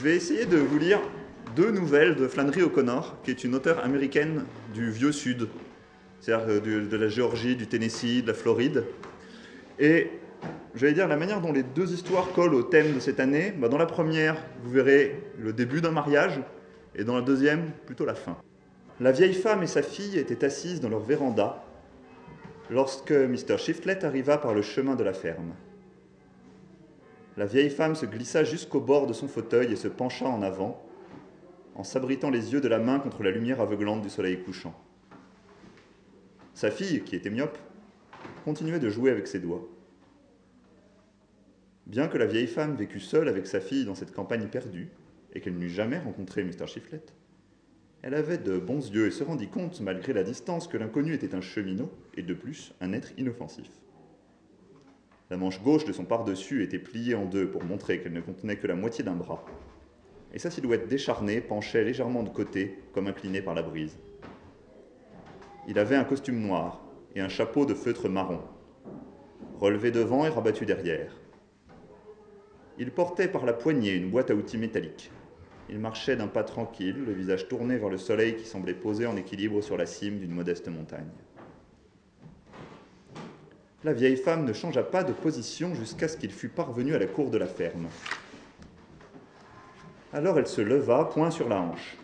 vais essayer de vous lire deux nouvelles de Flannery O'Connor, qui est une auteure américaine du Vieux Sud, c'est-à-dire de la Géorgie, du Tennessee, de la Floride. Et j'allais dire la manière dont les deux histoires collent au thème de cette année. Dans la première, vous verrez le début d'un mariage, et dans la deuxième, plutôt la fin. La vieille femme et sa fille étaient assises dans leur véranda lorsque Mr. Shiflett arriva par le chemin de la ferme. La vieille femme se glissa jusqu'au bord de son fauteuil et se pencha en avant, en s'abritant les yeux de la main contre la lumière aveuglante du soleil couchant. Sa fille, qui était myope, continuait de jouer avec ses doigts. Bien que la vieille femme vécût seule avec sa fille dans cette campagne perdue, et qu'elle n'eût jamais rencontré Mr. Shiflett, elle avait de bons yeux et se rendit compte, malgré la distance, que l'inconnu était un cheminot, et de plus, un être inoffensif. La manche gauche de son pardessus était pliée en deux pour montrer qu'elle ne contenait que la moitié d'un bras, et sa silhouette décharnée penchait légèrement de côté, comme inclinée par la brise. Il avait un costume noir et un chapeau de feutre marron, relevé devant et rabattu derrière. Il portait par la poignée une boîte à outils métallique. Il marchait d'un pas tranquille, le visage tourné vers le soleil qui semblait posé en équilibre sur la cime d'une modeste montagne. La vieille femme ne changea pas de position jusqu'à ce qu'il fût parvenu à la cour de la ferme. Alors elle se leva, poing sur la hanche.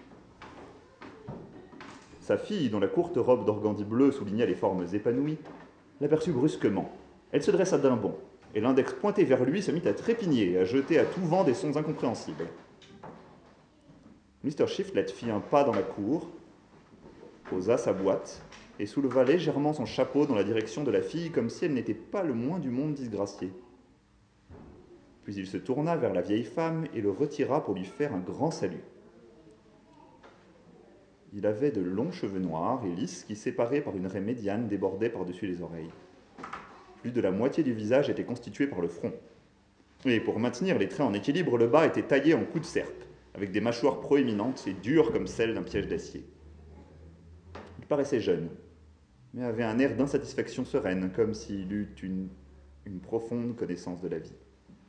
Sa fille, dont la courte robe d'organdi bleu soulignait les formes épanouies, l'aperçut brusquement. Elle se dressa d'un bond, et l'index pointé vers lui se mit à trépigner et à jeter à tout vent des sons incompréhensibles. Mr. Shiflett fit un pas dans la cour, posa sa boîte et souleva légèrement son chapeau dans la direction de la fille comme si elle n'était pas le moins du monde disgraciée. Puis il se tourna vers la vieille femme et le retira pour lui faire un grand salut. Il avait de longs cheveux noirs et lisses qui, séparés par une raie médiane, débordaient par-dessus les oreilles. Plus de la moitié du visage était constitué par le front. Et pour maintenir les traits en équilibre, le bas était taillé en cou de serpe, avec des mâchoires proéminentes et dures comme celles d'un piège d'acier. Il paraissait jeune, mais avait un air d'insatisfaction sereine, comme s'il eût une profonde connaissance de la vie.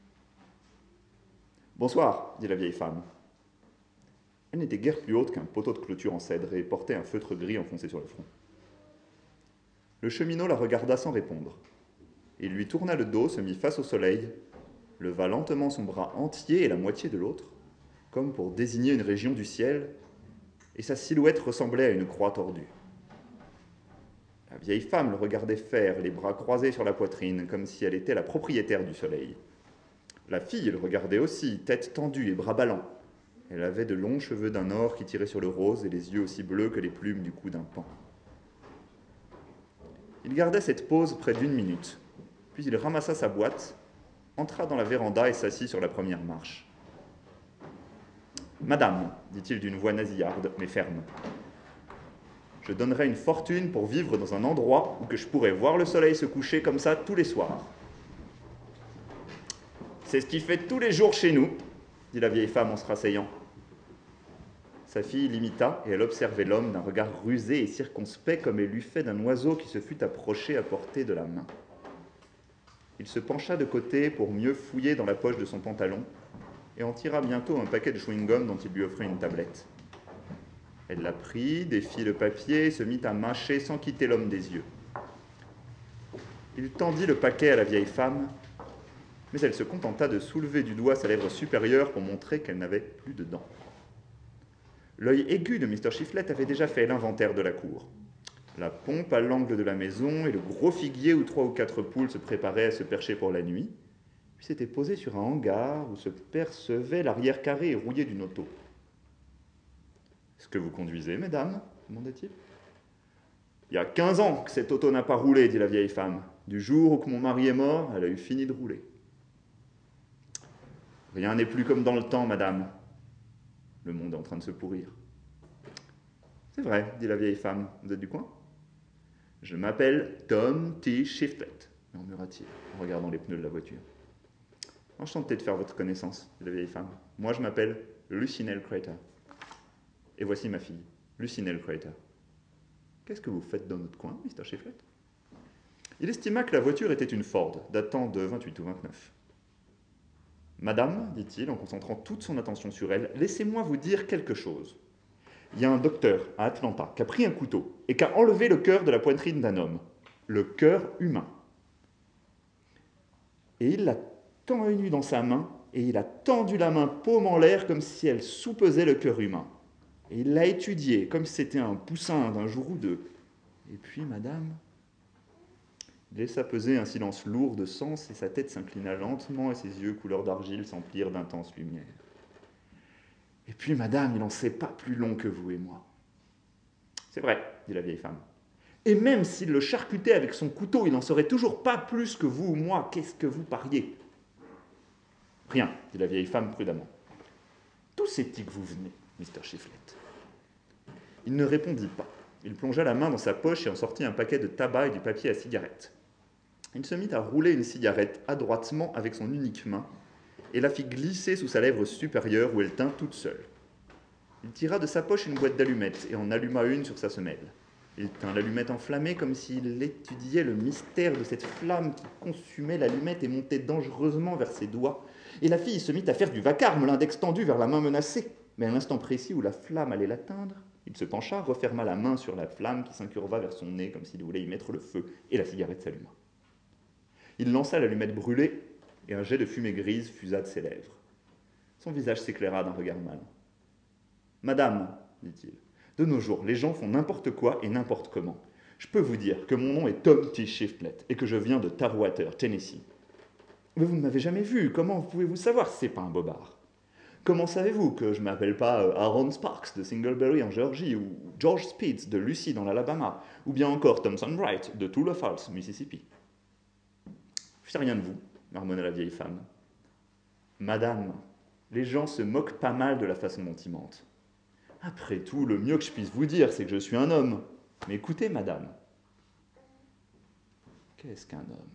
« Bonsoir, dit la vieille femme. Elle n'était guère plus haute qu'un poteau de clôture en cèdre et portait un feutre gris enfoncé sur le front. Le cheminot la regarda sans répondre. Il lui tourna le dos, se mit face au soleil, leva lentement son bras entier et la moitié de l'autre, comme pour désigner une région du ciel, et sa silhouette ressemblait à une croix tordue. La vieille femme le regardait faire, les bras croisés sur la poitrine, comme si elle était la propriétaire du soleil. La fille le regardait aussi, tête tendue et bras ballants. Elle avait de longs cheveux d'un or qui tiraient sur le rose et les yeux aussi bleus que les plumes du cou d'un paon. Il garda cette pose près d'1 minute, puis il ramassa sa boîte, entra dans la véranda et s'assit sur la première marche. « Madame, dit-il d'une voix nasillarde, mais ferme, je donnerais une fortune pour vivre dans un endroit où que je pourrais voir le soleil se coucher comme ça tous les soirs. »« C'est ce qu'il fait tous les jours chez nous, » dit la vieille femme en se rasseyant. Sa fille l'imita et elle observait l'homme d'un regard rusé et circonspect comme elle l'eût fait d'un oiseau qui se fût approché à portée de la main. Il se pencha de côté pour mieux fouiller dans la poche de son pantalon et en tira bientôt un paquet de chewing-gum dont il lui offrit une tablette. Elle la prit, défit le papier et se mit à mâcher sans quitter l'homme des yeux. Il tendit le paquet à la vieille femme, mais elle se contenta de soulever du doigt sa lèvre supérieure pour montrer qu'elle n'avait plus de dents. L'œil aigu de Mr. Shiflett avait déjà fait l'inventaire de la cour. La pompe à l'angle de la maison et le gros figuier où 3 ou 4 poules se préparaient à se percher pour la nuit, puis s'était posé sur un hangar où se percevait l'arrière carré et rouillé d'une auto. « Est-ce que vous conduisez, mesdames » demanda-t-il. « Il y a 15 ans que cette auto n'a pas roulé, dit la vieille femme. Du jour où mon mari est mort, elle a eu fini de rouler. »« Rien n'est plus comme dans le temps, madame. Le monde est en train de se pourrir. »« C'est vrai, dit la vieille femme. Vous êtes du coin ?»« Je m'appelle Tom T. Shiflett, murmura-t-il en regardant les pneus de la voiture. « Enchanté de faire votre connaissance, dit la vieille femme. Moi, je m'appelle Lucinelle Crater. Et voici ma fille, Lucinelle Crater. Qu'est-ce que vous faites dans notre coin, Mr. Shiflett ?» Il estima que la voiture était une Ford, datant de 28 ou 29. Madame, dit-il en concentrant toute son attention sur elle, laissez-moi vous dire quelque chose. Il y a un docteur à Atlanta qui a pris un couteau et qui a enlevé le cœur de la poitrine d'un homme. Le cœur humain. Et il l'a tenu dans sa main et il a tendu la main paume en l'air comme si elle soupesait le cœur humain. Et il l'a étudié comme si c'était un poussin d'un jour ou deux. Et puis, madame, il laissa peser un silence lourd de sens et sa tête s'inclina lentement et ses yeux couleur d'argile s'emplirent d'intenses lumières. Et puis, madame, il n'en sait pas plus long que vous et moi. C'est vrai, dit la vieille femme. Et même s'il le charcutait avec son couteau, il n'en saurait toujours pas plus que vous ou moi. Qu'est-ce que vous pariez? Rien, dit la vieille femme prudemment. D'où c'est-il que vous venez, Mr. Shiflet? Il ne répondit pas. Il plongea la main dans sa poche et en sortit un paquet de tabac et du papier à cigarette. Il se mit à rouler une cigarette adroitement avec son unique main et la fit glisser sous sa lèvre supérieure où elle tint toute seule. Il tira de sa poche une boîte d'allumettes et en alluma une sur sa semelle. Il tint l'allumette enflammée comme s'il étudiait le mystère de cette flamme qui consumait l'allumette et montait dangereusement vers ses doigts. Et la fille se mit à faire du vacarme, l'index tendu vers la main menacée. Mais à l'instant précis où la flamme allait l'atteindre, il se pencha, referma la main sur la flamme qui s'incurva vers son nez comme s'il voulait y mettre le feu, et la cigarette s'alluma. Il lança l'allumette brûlée, et un jet de fumée grise fusa de ses lèvres. Son visage s'éclaira d'un regard malin. « Madame, dit-il, de nos jours, les gens font n'importe quoi et n'importe comment. Je peux vous dire que mon nom est Tom T. Shiflet et que je viens de Tarwater, Tennessee. Mais vous ne m'avez jamais vu, comment pouvez-vous savoir si c'est pas un bobard? Comment savez-vous que je ne m'appelle pas Aaron Sparks de Singlebury en Géorgie, ou George Speeds de Lucy dans l'Alabama, ou bien encore Thomson Wright de Tulla Falls, Mississippi? Je sais rien de vous, marmonna la vieille femme. Madame, les gens se moquent pas mal de la façon dont ils mentent. Après tout, le mieux que je puisse vous dire, c'est que je suis un homme. Mais écoutez, madame. Qu'est-ce qu'un homme?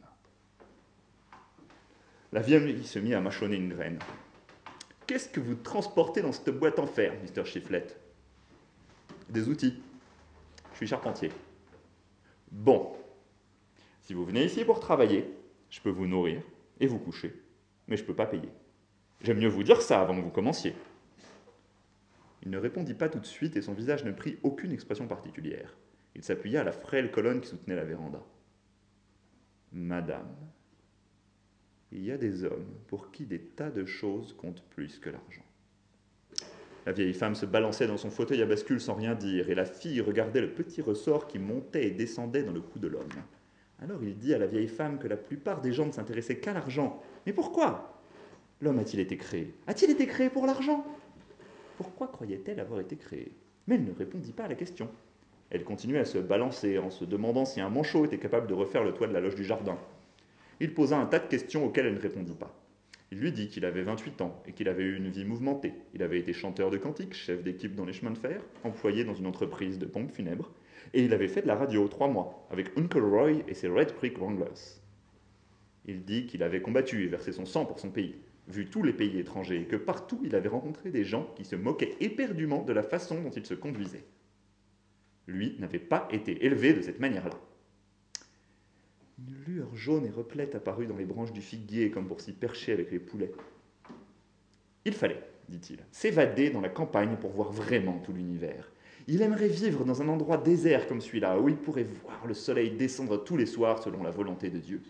La vieille se mit à mâchonner une graine. Qu'est-ce que vous transportez dans cette boîte en fer, Mr. Shiflet? Des outils. Je suis charpentier. Bon. Si vous venez ici pour travailler, je peux vous nourrir et vous coucher, mais je ne peux pas payer. J'aime mieux vous dire ça avant que vous commenciez. Il ne répondit pas tout de suite et son visage ne prit aucune expression particulière. Il s'appuya à la frêle colonne qui soutenait la véranda. Madame, il y a des hommes pour qui des tas de choses comptent plus que l'argent. La vieille femme se balançait dans son fauteuil à bascule sans rien dire, et la fille regardait le petit ressort qui montait et descendait dans le cou de l'homme. Alors il dit à la vieille femme que la plupart des gens ne s'intéressaient qu'à l'argent. Mais pourquoi? L'homme a-t-il été créé? A-t-il été créé pour l'argent? Pourquoi croyait-elle avoir été créée? Mais elle ne répondit pas à la question. Elle continuait à se balancer en se demandant si un manchot était capable de refaire le toit de la loge du jardin. Il posa un tas de questions auxquelles elle ne répondit pas. Il lui dit qu'il avait 28 ans et qu'il avait eu une vie mouvementée. Il avait été chanteur de cantiques, chef d'équipe dans les chemins de fer, employé dans une entreprise de pompes funèbres, et il avait fait de la radio 3 mois avec Uncle Roy et ses Red Creek Wranglers. Il dit qu'il avait combattu et versé son sang pour son pays, vu tous les pays étrangers, et que partout il avait rencontré des gens qui se moquaient éperdument de la façon dont il se conduisait. Lui n'avait pas été élevé de cette manière-là. Une lueur jaune et replète apparut dans les branches du figuier comme pour s'y percher avec les poulets. Il fallait, dit-il, s'évader dans la campagne pour voir vraiment tout l'univers. Il aimerait vivre dans un endroit désert comme celui-là, où il pourrait voir le soleil descendre tous les soirs selon la volonté de Dieu.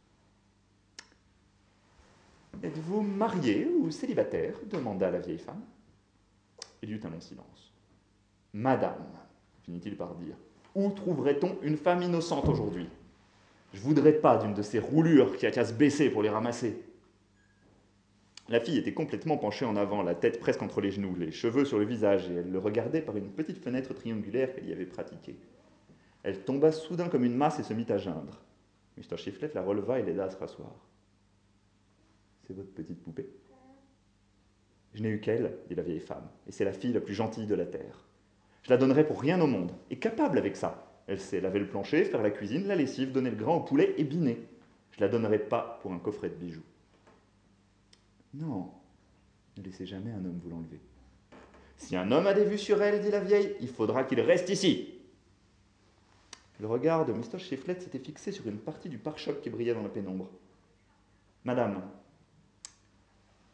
« Êtes-vous marié ou célibataire » demanda la vieille femme. Il y eut un long silence. « Madame, » finit-il par dire, « où trouverait-on une femme innocente aujourd'hui? Je ne voudrais pas d'une de ces roulures qui a qu'à se baisser pour les ramasser. » La fille était complètement penchée en avant, la tête presque entre les genoux, les cheveux sur le visage, et elle le regardait par une petite fenêtre triangulaire qu'elle y avait pratiquée. Elle tomba soudain comme une masse et se mit à geindre. Mr. Shiflet la releva et l'aida à se rasseoir. « C'est votre petite poupée ?»« Je n'ai eu qu'elle, dit la vieille femme, et c'est la fille la plus gentille de la terre. Je la donnerais pour rien au monde, et capable avec ça. Elle sait laver le plancher, faire la cuisine, la lessive, donner le grain au poulet et biner. Je la donnerais pas pour un coffret de bijoux. » « Non, ne laissez jamais un homme vous l'enlever. »« Si un homme a des vues sur elle, dit la vieille, il faudra qu'il reste ici. » Le regard de Mr. Shiflet s'était fixé sur une partie du pare-choc qui brillait dans la pénombre. « Madame,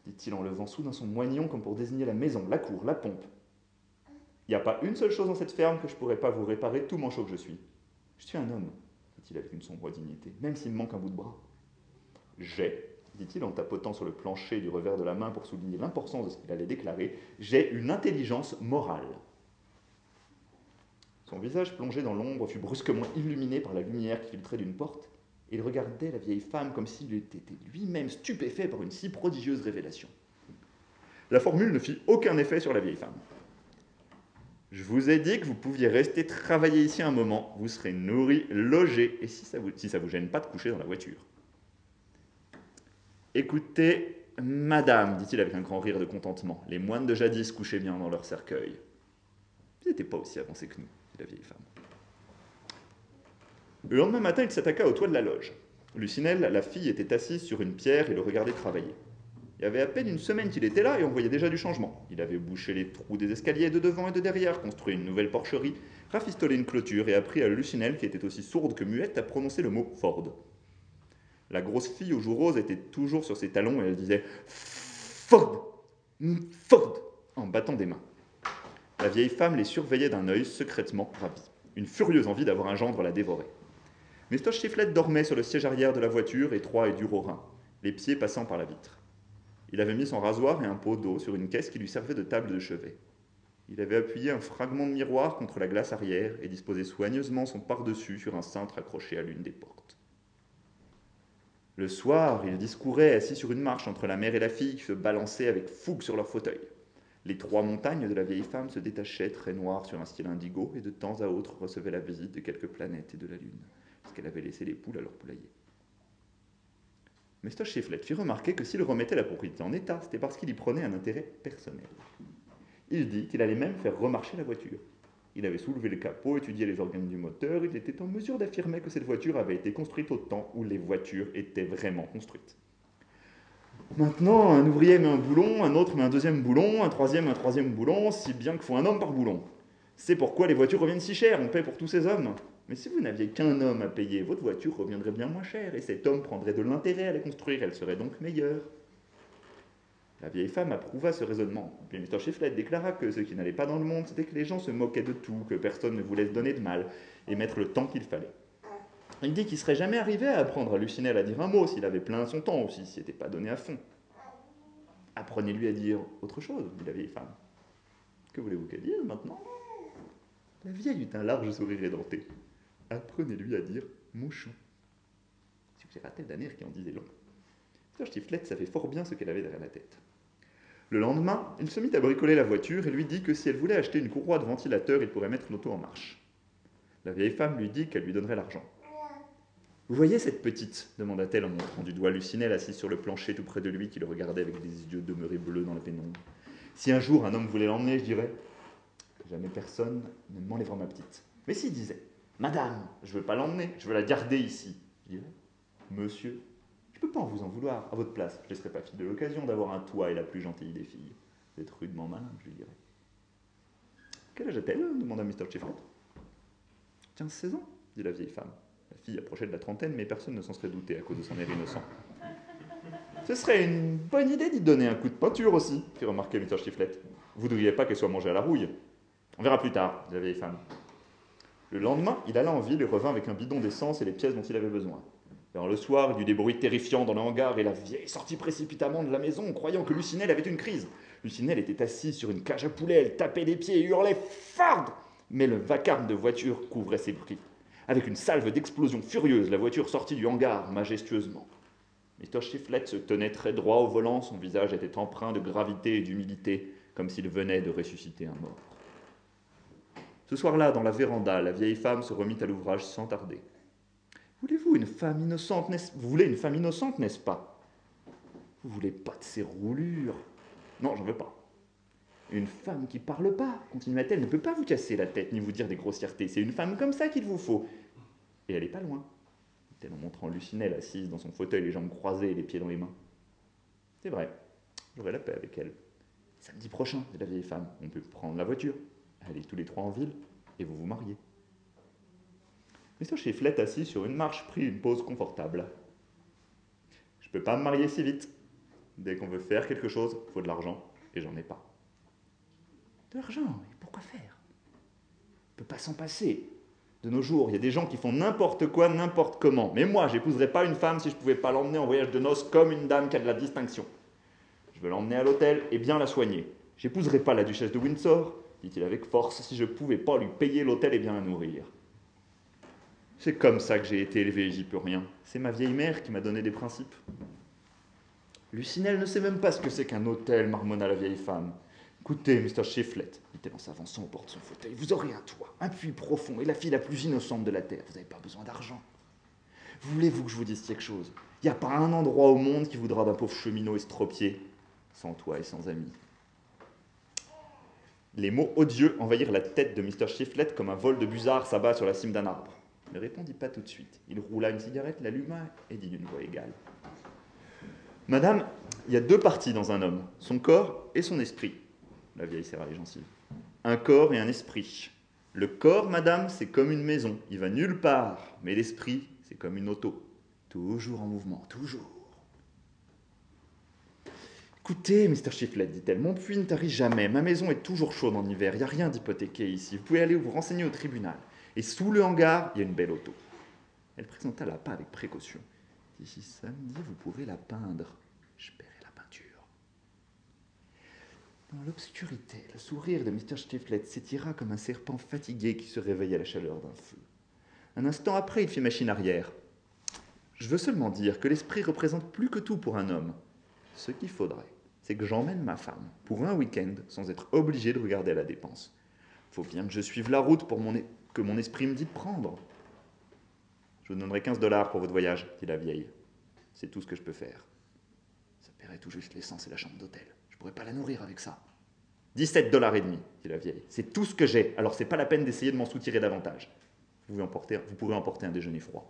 dit-il en levant soudain son moignon comme pour désigner la maison, la cour, la pompe. Il n'y a pas une seule chose dans cette ferme que je ne pourrais pas vous réparer, tout manchot que je suis. Je suis un homme, dit-il avec une sombre dignité, même s'il me manque un bout de bras. J'ai, dit-il en tapotant sur le plancher du revers de la main pour souligner l'importance de ce qu'il allait déclarer, j'ai une intelligence morale. Son visage plongé dans l'ombre fut brusquement illuminé par la lumière qui filtrait d'une porte, et il regardait la vieille femme comme s'il eût été lui-même stupéfait par une si prodigieuse révélation. La formule ne fit aucun effet sur la vieille femme. Je vous ai dit que vous pouviez rester travailler ici un moment, vous serez nourri, logé, et si ça vous gêne pas de coucher dans la voiture. Écoutez, madame, dit-il avec un grand rire de contentement, les moines de jadis couchaient bien dans leur cercueil. Ils n'étaient pas aussi avancés que nous, dit la vieille femme. Le lendemain matin, il s'attaqua au toit de la loge. Lucinelle, la fille, était assise sur une pierre et le regardait travailler. Il y avait à peine une semaine qu'il était là et on voyait déjà du changement. Il avait bouché les trous des escaliers de devant et de derrière, construit une nouvelle porcherie, rafistolé une clôture et appris à Lucinelle, qui était aussi sourde que muette, à prononcer le mot Ford. La grosse fille aux joues roses était toujours sur ses talons et elle disait « Ford, Ford !» en battant des mains. La vieille femme les surveillait d'un œil secrètement ravi. Une furieuse envie d'avoir un gendre la dévorait. Mestoche Sifflette dormait sur le siège arrière de la voiture, étroit et dur au rein, les pieds passant par la vitre. Il avait mis son rasoir et un pot d'eau sur une caisse qui lui servait de table de chevet. Il avait appuyé un fragment de miroir contre la glace arrière et disposé soigneusement son par-dessus sur un cintre accroché à l'une des portes. Le soir, il discourait assis sur une marche entre la mère et la fille qui se balançaient avec fougue sur leur fauteuil. Les trois montagnes de la vieille femme se détachaient très noires sur un ciel indigo et de temps à autre recevaient la visite de quelques planètes et de la lune, parce qu'elle avait laissé les poules à leur poulailler. Mestoche Sifflette fit remarquer que s'il remettait la propriété en état, c'était parce qu'il y prenait un intérêt personnel. Il dit qu'il allait même faire remarcher la voiture. Il avait soulevé le capot, étudié les organes du moteur, il était en mesure d'affirmer que cette voiture avait été construite au temps où les voitures étaient vraiment construites. Maintenant, un ouvrier met un boulon, un autre met un deuxième boulon, un troisième boulon, si bien qu'il faut un homme par boulon. C'est pourquoi les voitures reviennent si chères, on paie pour tous ces hommes. Mais si vous n'aviez qu'un homme à payer, votre voiture reviendrait bien moins chère, et cet homme prendrait de l'intérêt à la construire, elle serait donc meilleure. La vieille femme approuva ce raisonnement. Puis Mr. Sifflette déclara que ce qui n'allait pas dans le monde, c'était que les gens se moquaient de tout, que personne ne voulait se donner de mal, et mettre le temps qu'il fallait. Il dit qu'il ne serait jamais arrivé à apprendre à Lucinelle à dire un mot, s'il avait plein son temps, ou s'il s'y était pas donné à fond. Apprenez-lui à dire autre chose, dit la vieille femme. Que voulez-vous qu'elle dise maintenant ? La vieille eut un large sourire édenté. Apprenez-lui à dire mon chou. Suggéra-t-elle d'un air qui en disait long. Mr. Sifflette savait fort bien ce qu'elle avait derrière la tête. Le lendemain, il se mit à bricoler la voiture et lui dit que si elle voulait acheter une courroie de ventilateur, il pourrait mettre l'auto en marche. La vieille femme lui dit qu'elle lui donnerait l'argent. « Vous voyez cette petite ?» demanda-t-elle en montrant du doigt Lucinelle assise sur le plancher tout près de lui qui le regardait avec des yeux demeurés bleus dans la pénombre. « Si un jour un homme voulait l'emmener, je dirais « Jamais personne ne m'enlèvera ma petite. » Mais s'il disait « Madame, je ne veux pas l'emmener, je veux la garder ici. » Je dirais « Monsieur, je ne peux pas vous en vouloir. À votre place, je ne laisserai pas fille de l'occasion d'avoir un toit et la plus gentille des filles. Vous êtes rudement malin, je lui dirais. »« Quel âge a-t-elle » demanda Mr. Sifflette. « 15-16 ans, dit la vieille femme. La fille approchait de la trentaine, mais personne ne s'en serait douté à cause de son air innocent. « Ce serait une bonne idée d'y donner un coup de peinture aussi, fit remarquer Mr. Sifflette. Vous ne voudriez pas qu'elle soit mangée à la rouille. On verra plus tard, dit la vieille femme. Le lendemain, il alla en ville et revint avec un bidon d'essence et les pièces dont il avait besoin. Vers le soir, il y eut des bruits terrifiants dans le hangar et la vieille sortit précipitamment de la maison, croyant que Lucinelle avait une crise. Lucinelle était assise sur une cage à poulet, elle tapait des pieds et hurlait « Ford !» Mais le vacarme de voiture couvrait ses bruits. Avec une salve d'explosions furieuses, la voiture sortit du hangar majestueusement. Mr. Sifflette se tenait très droit au volant, son visage était empreint de gravité et d'humilité, comme s'il venait de ressusciter un mort. Ce soir-là, dans la véranda, la vieille femme se remit à l'ouvrage sans tarder. « Voulez-vous une femme innocente, Vous voulez une femme innocente, n'est-ce pas ? Vous voulez pas de ces roulures ? Non, j'en veux pas. Une femme qui parle pas, continua-t-elle, ne peut pas vous casser la tête ni vous dire des grossièretés. C'est une femme comme ça qu'il vous faut. Et elle est pas loin, dit-elle en montrant Lucinelle assise dans son fauteuil, les jambes croisées et les pieds dans les mains. C'est vrai, j'aurai la paix avec elle. Samedi prochain, dit la vieille femme, on peut prendre la voiture, aller tous les trois en ville, et vous vous mariez. Mr. Sifflette, assis sur une marche, prit une pause confortable. Je peux pas me marier si vite. Dès qu'on veut faire quelque chose, il faut de l'argent, et j'en ai pas. De l'argent, mais pourquoi faire? On ne peut pas s'en passer. De nos jours, il y a des gens qui font n'importe quoi, n'importe comment. Mais moi, j'épouserais pas une femme si je ne pouvais pas l'emmener en voyage de noces comme une dame qui a de la distinction. Je veux l'emmener à l'hôtel et bien la soigner. J'épouserais pas la duchesse de Windsor, dit-il avec force, si je ne pouvais pas lui payer l'hôtel et bien la nourrir. C'est comme ça que j'ai été élevé, j'y peux rien. C'est ma vieille mère qui m'a donné des principes. Lucinelle ne sait même pas ce que c'est qu'un hôtel, marmonna la vieille femme. Écoutez, Mr. Shiflet, dit-elle en s'avançant au bord de son fauteuil, vous aurez un toit, un puits profond et la fille la plus innocente de la terre. Vous n'avez pas besoin d'argent. Voulez-vous que je vous dise quelque chose? Il n'y a pas un endroit au monde qui voudra d'un pauvre cheminot estropié, sans toit et sans amis. Les mots odieux envahirent la tête de Mr. Shiflet comme un vol de busard s'abat sur la cime d'un arbre. Il ne répondit pas tout de suite. Il roula une cigarette, l'alluma et dit d'une voix égale. Madame, il y a deux parties dans un homme, son corps et son esprit. La vieille serra les gencives. Un corps et un esprit. Le corps, madame, c'est comme une maison, il va nulle part. Mais l'esprit, c'est comme une auto. Toujours en mouvement, toujours. Écoutez, Mr. Shiflet, dit-elle, mon puits ne tarit jamais. Ma maison est toujours chaude en hiver. Il n'y a rien d'hypothéqué ici. Vous pouvez aller vous renseigner au tribunal. Et sous le hangar, il y a une belle auto. Elle présenta la pas avec précaution. D'ici samedi, vous pourrez la peindre. Je paierai la peinture. Dans l'obscurité, le sourire de Mr. Shiflet s'étira comme un serpent fatigué qui se réveille à la chaleur d'un feu. Un instant après, il fit machine arrière. Je veux seulement dire que l'esprit représente plus que tout pour un homme. Ce qu'il faudrait, c'est que j'emmène ma femme pour un week-end sans être obligé de regarder à la dépense. Faut bien que je suive la route que mon esprit me dit de prendre. Je vous donnerai $15 pour votre voyage, dit la vieille. C'est tout ce que je peux faire. Ça paierait tout juste l'essence et la chambre d'hôtel. Je pourrais pas la nourrir avec ça. $17,50, dit la vieille. C'est tout ce que j'ai, alors c'est pas la peine d'essayer de m'en soutirer davantage. Vous pourrez emporter un déjeuner froid.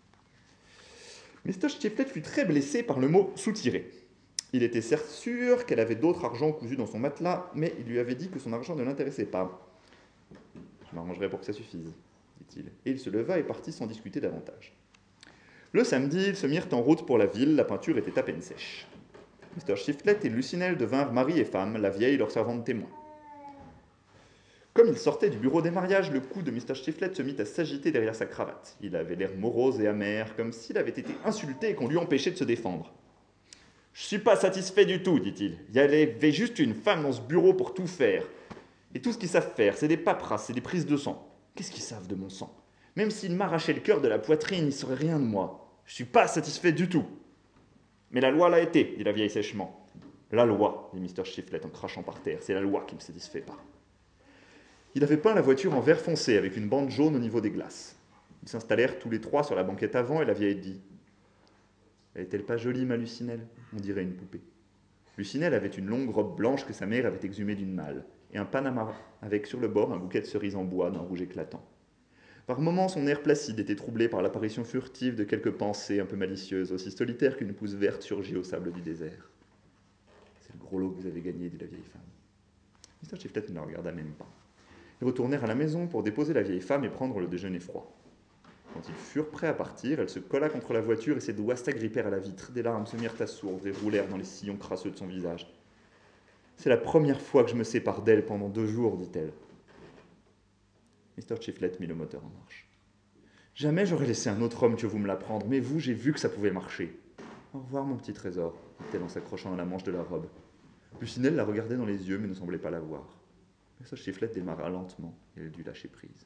Mr. Shiflet fut très blessé par le mot « soutirer ». Il était certes sûr qu'elle avait d'autres argent cousus dans son matelas, mais il lui avait dit que son argent ne l'intéressait pas. « Je m'arrangerai pour que ça suffise, » dit-il. Et il se leva et partit sans discuter davantage. Le samedi, ils se mirent en route pour la ville, la peinture était à peine sèche. Mr. Shiflet et Lucinelle devinrent mari et femme, la vieille leur servant de témoin. Comme il sortait du bureau des mariages, le cou de Mr. Shiflet se mit à s'agiter derrière sa cravate. Il avait l'air morose et amer, comme s'il avait été insulté et qu'on lui empêchait de se défendre. « Je ne suis pas satisfait du tout, dit-il. Il y avait juste une femme dans ce bureau pour tout faire. Et tout ce qu'ils savent faire, c'est des paperasses, c'est des prises de sang. Qu'est-ce qu'ils savent de mon sang? Même s'ils m'arrachaient le cœur de la poitrine, ils ne sauraient rien de moi. Je ne suis pas satisfait du tout. » « Mais la loi l'a été, dit la vieille sèchement. « La loi, dit Mr. Shiflet en crachant par terre, c'est la loi qui ne me satisfait pas. » Il avait peint la voiture en vert foncé avec une bande jaune au niveau des glaces. Ils s'installèrent tous les trois sur la banquette avant et la vieille dit « Elle est-elle pas jolie, ma Lucinelle? On dirait une poupée. » Lucinelle avait une longue robe blanche que sa mère avait exhumée d'une malle et un panama avec sur le bord un bouquet de cerises en bois d'un rouge éclatant. Par moments, son air placide était troublé par l'apparition furtive de quelques pensées un peu malicieuses, aussi solitaires qu'une pousse verte surgit au sable du désert. « C'est le gros lot que vous avez gagné, dit la vieille femme. » Mr. Shiflet ne la regarda même pas. Ils retournèrent à la maison pour déposer la vieille femme et prendre le déjeuner froid. Quand ils furent prêts à partir, elle se colla contre la voiture et ses doigts s'agrippèrent à la vitre. Des larmes se mirent à sourdre et roulèrent dans les sillons crasseux de son visage. « C'est la première fois que je me sépare d'elle pendant 2 jours, dit-elle. Mr. Shiflet mit le moteur en marche. « Jamais j'aurais laissé un autre homme que vous me l'apprendre, mais vous, j'ai vu que ça pouvait marcher. Au revoir, mon petit trésor, dit-elle en s'accrochant à la manche de la robe. Lucinelle la regardait dans les yeux, mais ne semblait pas la voir. Mr. Shiflet démarra lentement, et elle dut lâcher prise.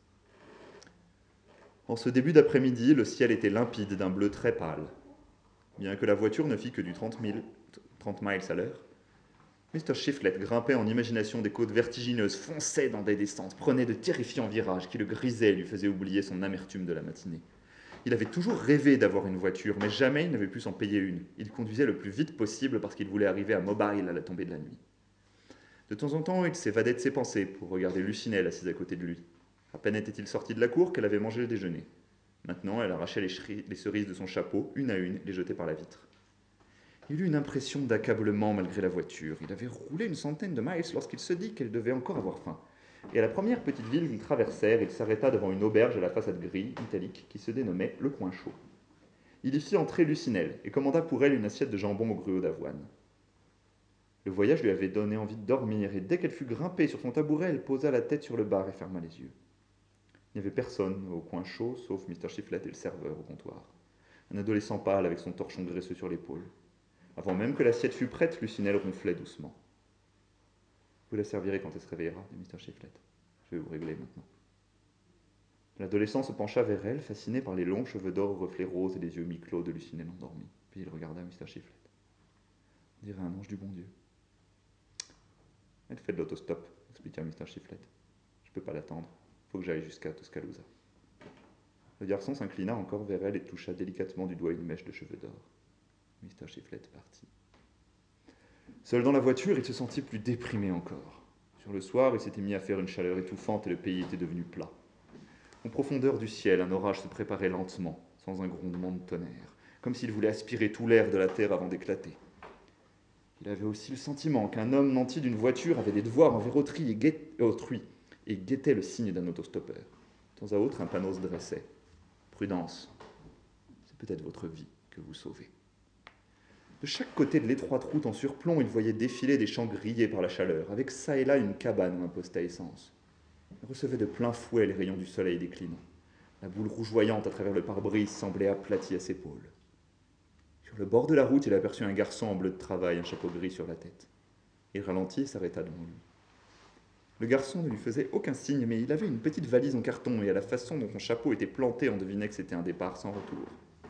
En ce début d'après-midi, le ciel était limpide d'un bleu très pâle. Bien que la voiture ne fît que du 30 miles à l'heure, Mr. Shiflet grimpait en imagination des côtes vertigineuses, fonçait dans des descentes, prenait de terrifiants virages qui le grisaient et lui faisaient oublier son amertume de la matinée. Il avait toujours rêvé d'avoir une voiture, mais jamais il n'avait pu s'en payer une. Il conduisait le plus vite possible parce qu'il voulait arriver à Mobile à la tombée de la nuit. De temps en temps, il s'évadait de ses pensées pour regarder Lucinelle assise à côté de lui. À peine était-il sorti de la cour qu'elle avait mangé le déjeuner. Maintenant, elle arrachait les cerises de son chapeau, une à une, les jetait par la vitre. Il eut une impression d'accablement malgré la voiture. Il avait roulé une centaine de miles lorsqu'il se dit qu'elle devait encore avoir faim. Et à la première petite ville qu'ils traversèrent, il s'arrêta devant une auberge à la façade grise, italique, qui se dénommait Le Coin Chaud. Il y fit entrer Lucinelle et commanda pour elle une assiette de jambon au gruau d'avoine. Le voyage lui avait donné envie de dormir, et dès qu'elle fut grimpée sur son tabouret, elle posa la tête sur le bar et ferma les yeux. Il n'y avait personne au coin chaud, sauf Mr. Chiflet et le serveur au comptoir. Un adolescent pâle avec son torchon graisseux sur l'épaule. Avant même que l'assiette fût prête, Lucinelle ronflait doucement. Vous la servirez quand elle se réveillera, dit Mr. Chiflet. Je vais vous régler maintenant. L'adolescent se pencha vers elle, fasciné par les longs cheveux d'or aux reflets roses et les yeux mi-clos de Lucinelle endormie. Puis il regarda Mr. Chiflet. On dirait un ange du bon Dieu. Elle fait de l'autostop, expliqua Mr. Chiflet. Je ne peux pas l'attendre. Faut que j'aille jusqu'à Tuscaloosa. Le garçon s'inclina encore vers elle et toucha délicatement du doigt une mèche de cheveux d'or. Mr. Chiflet partit. Seul dans la voiture, il se sentit plus déprimé encore. Sur le soir, il s'était mis à faire une chaleur étouffante et le pays était devenu plat. En profondeur du ciel, un orage se préparait lentement, sans un grondement de tonnerre, comme s'il voulait aspirer tout l'air de la terre avant d'éclater. Il avait aussi le sentiment qu'un homme nanti d'une voiture avait des devoirs envers autrui et guettait le signe d'un autostoppeur. De temps à autre, un panneau se dressait. Prudence, c'est peut-être votre vie que vous sauvez. De chaque côté de l'étroite route en surplomb, il voyait défiler des champs grillés par la chaleur, avec ça et là une cabane ou un poste à essence. Il recevait de plein fouet les rayons du soleil déclinant. La boule rougeoyante à travers le pare-brise semblait aplatie à ses épaules. Sur le bord de la route, il aperçut un garçon en bleu de travail, un chapeau gris sur la tête. Il ralentit et s'arrêta devant lui. Le garçon ne lui faisait aucun signe, mais il avait une petite valise en carton et à la façon dont son chapeau était planté, on devinait que c'était un départ sans retour.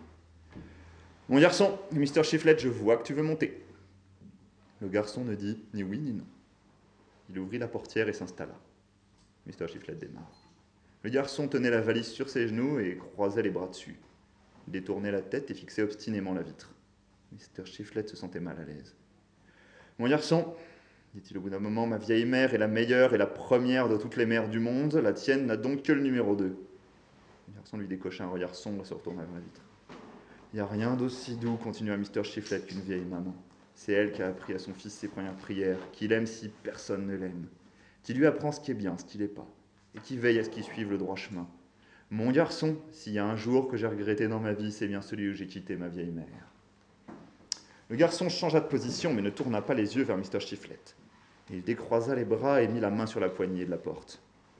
« Mon garçon, Mr. Chiflet, je vois que tu veux monter. » Le garçon ne dit ni oui ni non. Il ouvrit la portière et s'installa. Mr. Chiflet démarre. Le garçon tenait la valise sur ses genoux et croisait les bras dessus. Il détournait la tête et fixait obstinément la vitre. Mr. Chiflet se sentait mal à l'aise. « Mon garçon, dit-il au bout d'un moment, ma vieille mère est la meilleure et la première de toutes les mères du monde, la tienne n'a donc que le numéro 2. Le garçon lui décocha un regard sombre et se retourna vers la vitre. Il n'y a rien d'aussi doux, continua Mr. Chiflet, qu'une vieille maman. C'est elle qui a appris à son fils ses premières prières, qui l'aime si personne ne l'aime, qui lui apprend ce qui est bien, ce qui n'est pas, et qui veille à ce qu'il suive le droit chemin. Mon garçon, s'il y a un jour que j'ai regretté dans ma vie, c'est bien celui où j'ai quitté ma vieille mère. Le garçon changea de position, mais ne tourna pas les yeux vers Mr. Chiflet. Il décroisa les bras et mit la main sur la poignée de la porte.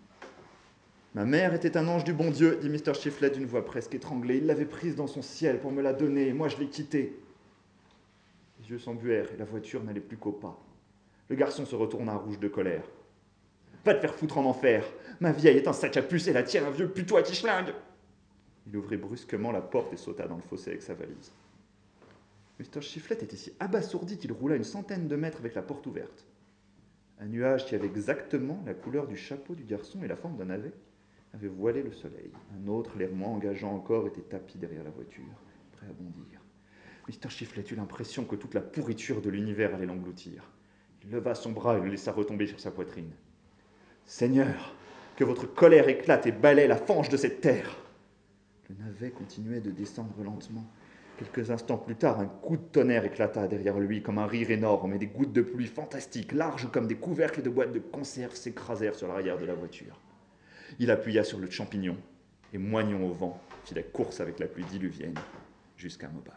« Ma mère était un ange du bon Dieu, dit Mr. Chiflet d'une voix presque étranglée. Il l'avait prise dans son ciel pour me la donner, et moi je l'ai quittée. » Les yeux s'embuèrent et la voiture n'allait plus qu'au pas. Le garçon se retourna rouge de colère. « Va te faire foutre en enfer. Ma vieille est un sac à puce et la tienne un vieux putois qui schlingue. » Il ouvrit brusquement la porte et sauta dans le fossé avec sa valise. Mr. Chiflet était si abasourdi qu'il roula une centaine de mètres avec la porte ouverte. Un nuage qui avait exactement la couleur du chapeau du garçon et la forme d'un navet avait voilé le soleil. Un autre, l'air moins engageant encore, était tapi derrière la voiture, prêt à bondir. Mr. Chiflet eut l'impression que toute la pourriture de l'univers allait l'engloutir. Il leva son bras et le laissa retomber sur sa poitrine. « Seigneur, que votre colère éclate et balaie la fange de cette terre !» Le navet continuait de descendre lentement. Quelques instants plus tard, un coup de tonnerre éclata derrière lui comme un rire énorme et des gouttes de pluie fantastiques, larges comme des couvercles de boîtes de conserve, s'écrasèrent sur l'arrière de la voiture. Il appuya sur le champignon et, moignant au vent, fit la course avec la pluie diluvienne jusqu'à Mobile.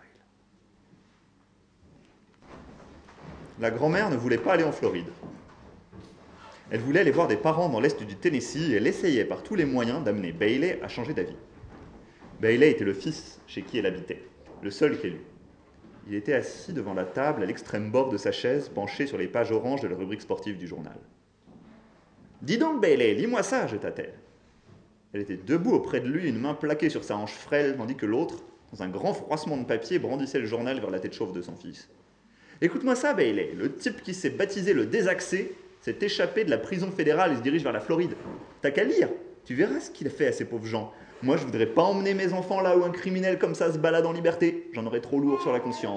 La grand-mère ne voulait pas aller en Floride. Elle voulait aller voir des parents dans l'est du Tennessee et elle essayait par tous les moyens d'amener Bailey à changer d'avis. Bailey était le fils chez qui elle habitait, le seul qu'elle eût. Il était assis devant la table à l'extrême bord de sa chaise, penché sur les pages oranges de la rubrique sportive du journal. « Dis donc, Bailey, lis-moi ça » jeta-t-elle. Elle était debout auprès de lui, une main plaquée sur sa hanche frêle, tandis que l'autre, dans un grand froissement de papier, brandissait le journal vers la tête chauve de son fils. « Écoute-moi ça, Bailey, le type qui s'est baptisé le désaxé s'est échappé de la prison fédérale et se dirige vers la Floride. T'as qu'à lire, tu verras ce qu'il a fait à ces pauvres gens. Moi, je voudrais pas emmener mes enfants là où un criminel comme ça se balade en liberté. J'en aurais trop lourd sur la conscience. »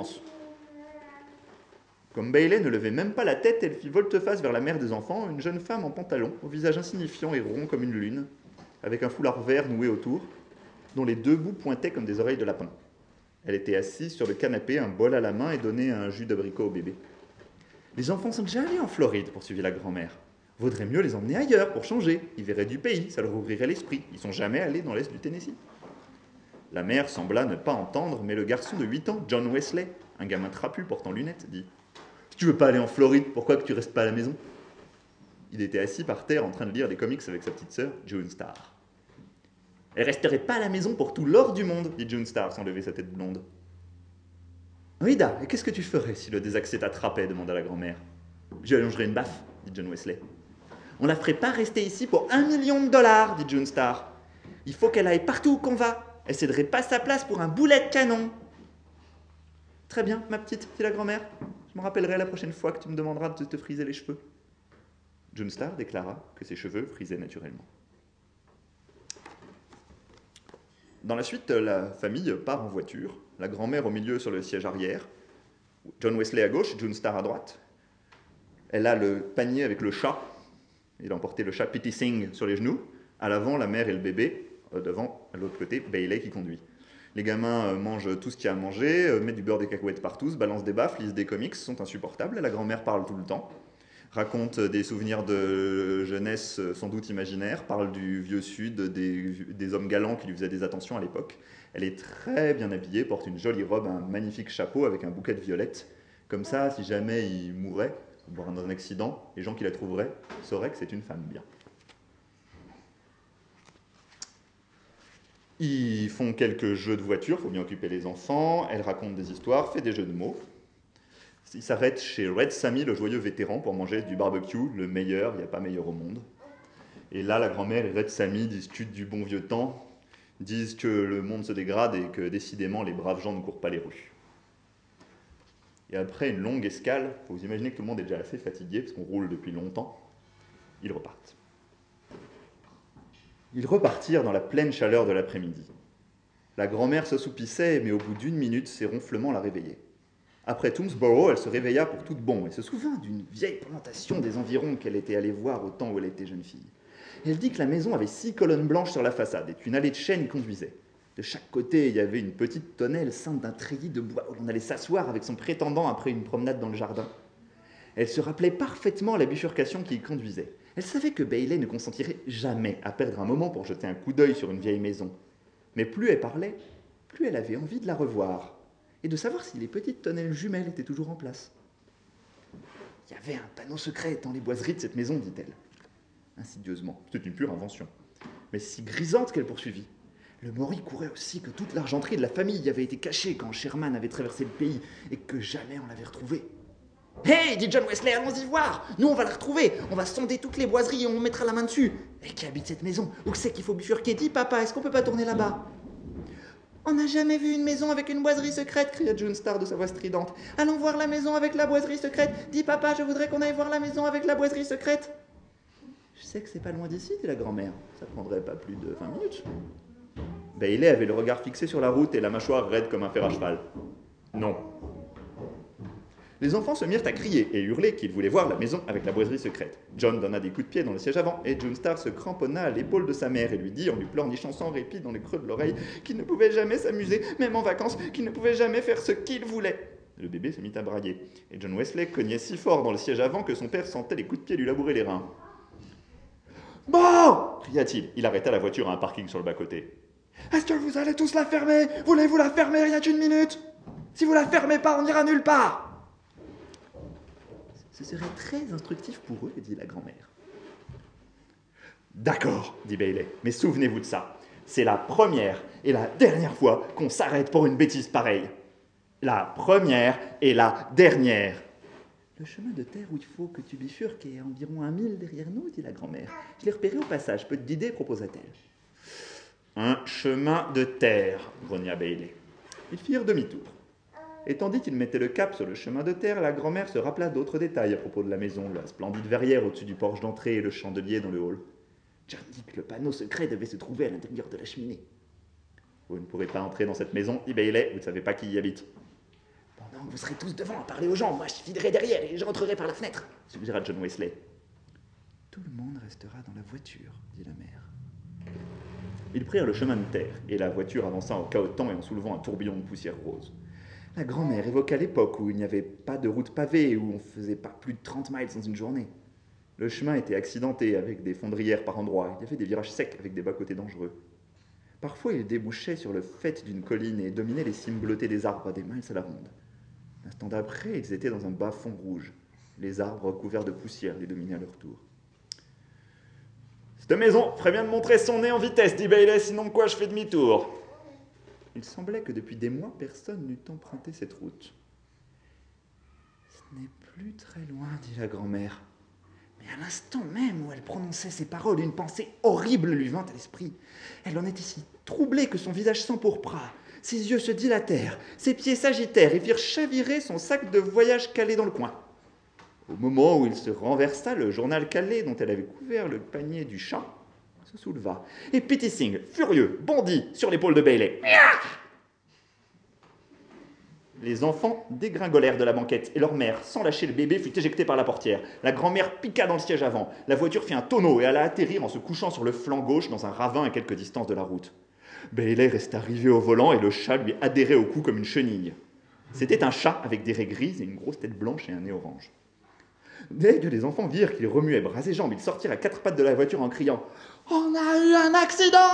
Comme Bailey ne levait même pas la tête, elle fit volte-face vers la mère des enfants, une jeune femme en pantalon, au visage insignifiant et rond comme une lune, avec un foulard vert noué autour, dont les deux bouts pointaient comme des oreilles de lapin. Elle était assise sur le canapé, un bol à la main, et donnait un jus d'abricot au bébé. « Les enfants sont déjà allés en Floride, » poursuivit la grand-mère. « Vaudrait mieux les emmener ailleurs pour changer. Ils verraient du pays, ça leur ouvrirait l'esprit. Ils sont jamais allés dans l'est du Tennessee. » La mère sembla ne pas entendre, mais le garçon de 8 ans, John Wesley, un gamin trapu portant lunettes, dit « Tu veux pas aller en Floride, pourquoi que tu restes pas à la maison? Il était assis par terre en train de lire des comics avec sa petite sœur, June Star. Elle resterait pas à la maison pour tout l'or du monde, dit June Star sans lever sa tête blonde. Rida, et qu'est-ce que tu ferais si le désaccès t'attrapait demanda la grand-mère. Je lui allongerais une baffe, dit John Wesley. On la ferait pas rester ici pour $1 million, dit June Star. Il faut qu'elle aille partout où qu'on va. Elle céderait pas sa place pour un boulet de canon. Très bien, ma petite, dit la grand-mère. Je me rappellerai la prochaine fois que tu me demanderas de te friser les cheveux. June Star déclara que ses cheveux frisaient naturellement. Dans la suite, la famille part en voiture, la grand-mère au milieu sur le siège arrière, John Wesley à gauche, June Star à droite. Elle a le panier avec le chat, il a emporté le chat Pitty Sing sur les genoux, à l'avant la mère et le bébé, devant, à l'autre côté, Bailey qui conduit. Les gamins mangent tout ce qu'il y a à manger, mettent du beurre des cacahuètes partout, se balancent des baffes, lisent des comics, sont insupportables, la grand-mère parle tout le temps. Raconte des souvenirs de jeunesse sans doute imaginaires, parle du vieux sud, des hommes galants qui lui faisaient des attentions à l'époque. Elle est très bien habillée, porte une jolie robe, un magnifique chapeau avec un bouquet de violettes. Comme ça, si jamais il mourait, ou dans un accident, les gens qui la trouveraient sauraient que c'est une femme bien. Ils font quelques jeux de voiture, il faut bien occuper les enfants, elle raconte des histoires, fait des jeux de mots. Ils s'arrêtent chez Red Sammy, le joyeux vétéran, pour manger du barbecue, le meilleur, il n'y a pas meilleur au monde. Et là, la grand-mère et Red Sammy discutent du bon vieux temps, disent que le monde se dégrade et que décidément les braves gens ne courent pas les rues. Et après une longue escale, il faut vous imaginer que tout le monde est déjà assez fatigué, parce qu'on roule depuis longtemps, ils repartent. Ils repartirent dans la pleine chaleur de l'après-midi. La grand-mère s'assoupissait, mais au bout d'1 minute, ses ronflements la réveillaient. Après Toomsboro, elle se réveilla pour toute bon et se souvint d'une vieille plantation des environs qu'elle était allée voir au temps où elle était jeune fille. Elle dit que la maison avait 6 colonnes blanches sur la façade et qu'une allée de chêne y conduisait. De chaque côté, il y avait une petite tonnelle ceinte d'un treillis de bois où l'on allait s'asseoir avec son prétendant après une promenade dans le jardin. Elle se rappelait parfaitement la bifurcation qui y conduisait. Elle savait que Bailey ne consentirait jamais à perdre un moment pour jeter un coup d'œil sur une vieille maison. Mais plus elle parlait, plus elle avait envie de la revoir et de savoir si les petites tonnelles jumelles étaient toujours en place. Il y avait un panneau secret dans les boiseries de cette maison, dit-elle. Insidieusement, c'était une pure invention, mais si grisante qu'elle poursuivit. Le mori courait aussi que toute l'argenterie de la famille y avait été cachée quand Sherman avait traversé le pays et que jamais on l'avait retrouvée. « Hé !» dit John Wesley, « allons-y voir. Nous, on va la retrouver. On va sonder toutes les boiseries et on mettra la main dessus. Et qui habite cette maison? Où c'est qu'il faut bifurquer? Dis, papa, est-ce qu'on peut pas tourner là-bas ?» « On n'a jamais vu une maison avec une boiserie secrète, cria June Star de sa voix stridente. Allons voir la maison avec la boiserie secrète. Dis, papa, je voudrais qu'on aille voir la maison avec la boiserie secrète. Je sais que c'est pas loin d'ici, dit la grand-mère. Ça prendrait pas plus de 20 minutes. Bailey avait le regard fixé sur la route et la mâchoire raide comme un fer à cheval. Non. Les enfants se mirent à crier et hurler qu'ils voulaient voir la maison avec la boiserie secrète. John donna des coups de pied dans le siège avant et June Star se cramponna à l'épaule de sa mère et lui dit en lui pleurnichant sans répit dans le creux de l'oreille qu'il ne pouvait jamais s'amuser, même en vacances, qu'il ne pouvait jamais faire ce qu'il voulait. Le bébé se mit à brailler et John Wesley cognait si fort dans le siège avant que son père sentait les coups de pied lui labourer les reins. « Bon !» cria-t-il. Il arrêta la voiture à un parking sur le bas-côté. « Est-ce que vous allez tous la fermer? Voulez-vous la fermer rien qu'une minute? Si vous la fermez pas, on n'ira nulle part !» Ce serait très instructif pour eux, dit la grand-mère. « D'accord, dit Bailey, mais souvenez-vous de ça. C'est la première et la dernière fois qu'on s'arrête pour une bêtise pareille. La première et la dernière. » « Le chemin de terre où il faut que tu bifurques est à environ 1 mille derrière nous, dit la grand-mère. Je l'ai repéré au passage, peux te guider, proposa-t-elle. Un chemin de terre, grogna Bailey. Ils firent demi-tour. Et tandis qu'ils mettaient le cap sur le chemin de terre, la grand-mère se rappela d'autres détails à propos de la maison, la splendide verrière au-dessus du porche d'entrée et le chandelier dans le hall. John dit que le panneau secret devait se trouver à l'intérieur de la cheminée. Vous ne pourrez pas entrer dans cette maison, dit Bailey, vous ne savez pas qui y habite. Pendant que vous serez tous devant à parler aux gens, moi je filerai derrière et je rentrerai par la fenêtre, suggéra John Wesley. Tout le monde restera dans la voiture, dit la mère. Ils prirent le chemin de terre, et la voiture avança en cahotant et en soulevant un tourbillon de poussière rose. La grand-mère évoqua l'époque où il n'y avait pas de route pavée et où on faisait pas plus de 30 miles dans une journée. Le chemin était accidenté avec des fondrières par endroits, il y avait des virages secs avec des bas-côtés dangereux. Parfois il débouchait sur le faîte d'une colline et dominait les cimes bleutées des arbres à des miles à la ronde. L'instant d'après, ils étaient dans un bas fond rouge. Les arbres recouverts de poussière les dominaient à leur tour. « Cette maison ferait bien de montrer son nez en vitesse, dit Bailey, sinon quoi je fais demi-tour. » Il semblait que depuis des mois, personne n'eût emprunté cette route. « Ce n'est plus très loin, dit la grand-mère. » Mais à l'instant même où elle prononçait ces paroles, une pensée horrible lui vint à l'esprit. Elle en était si troublée que son visage s'empourpra, ses yeux se dilatèrent, ses pieds s'agitèrent et firent chavirer son sac de voyage calé dans le coin. Au moment où il se renversa, le journal calé dont elle avait couvert le panier du chat se souleva. Et Petey Singh, furieux, bondit sur l'épaule de Bailey. Les enfants dégringolèrent de la banquette et leur mère, sans lâcher le bébé, fut éjectée par la portière. La grand-mère piqua dans le siège avant. La voiture fit un tonneau et alla atterrir en se couchant sur le flanc gauche dans un ravin à quelques distances de la route. Bailey resta rivé au volant et le chat lui adhérait au cou comme une chenille. C'était un chat avec des raies grises et une grosse tête blanche et un nez orange. Dès que les enfants virent qu'il remuait bras et jambes, ils sortirent à quatre pattes de la voiture en criant « On a eu un accident !»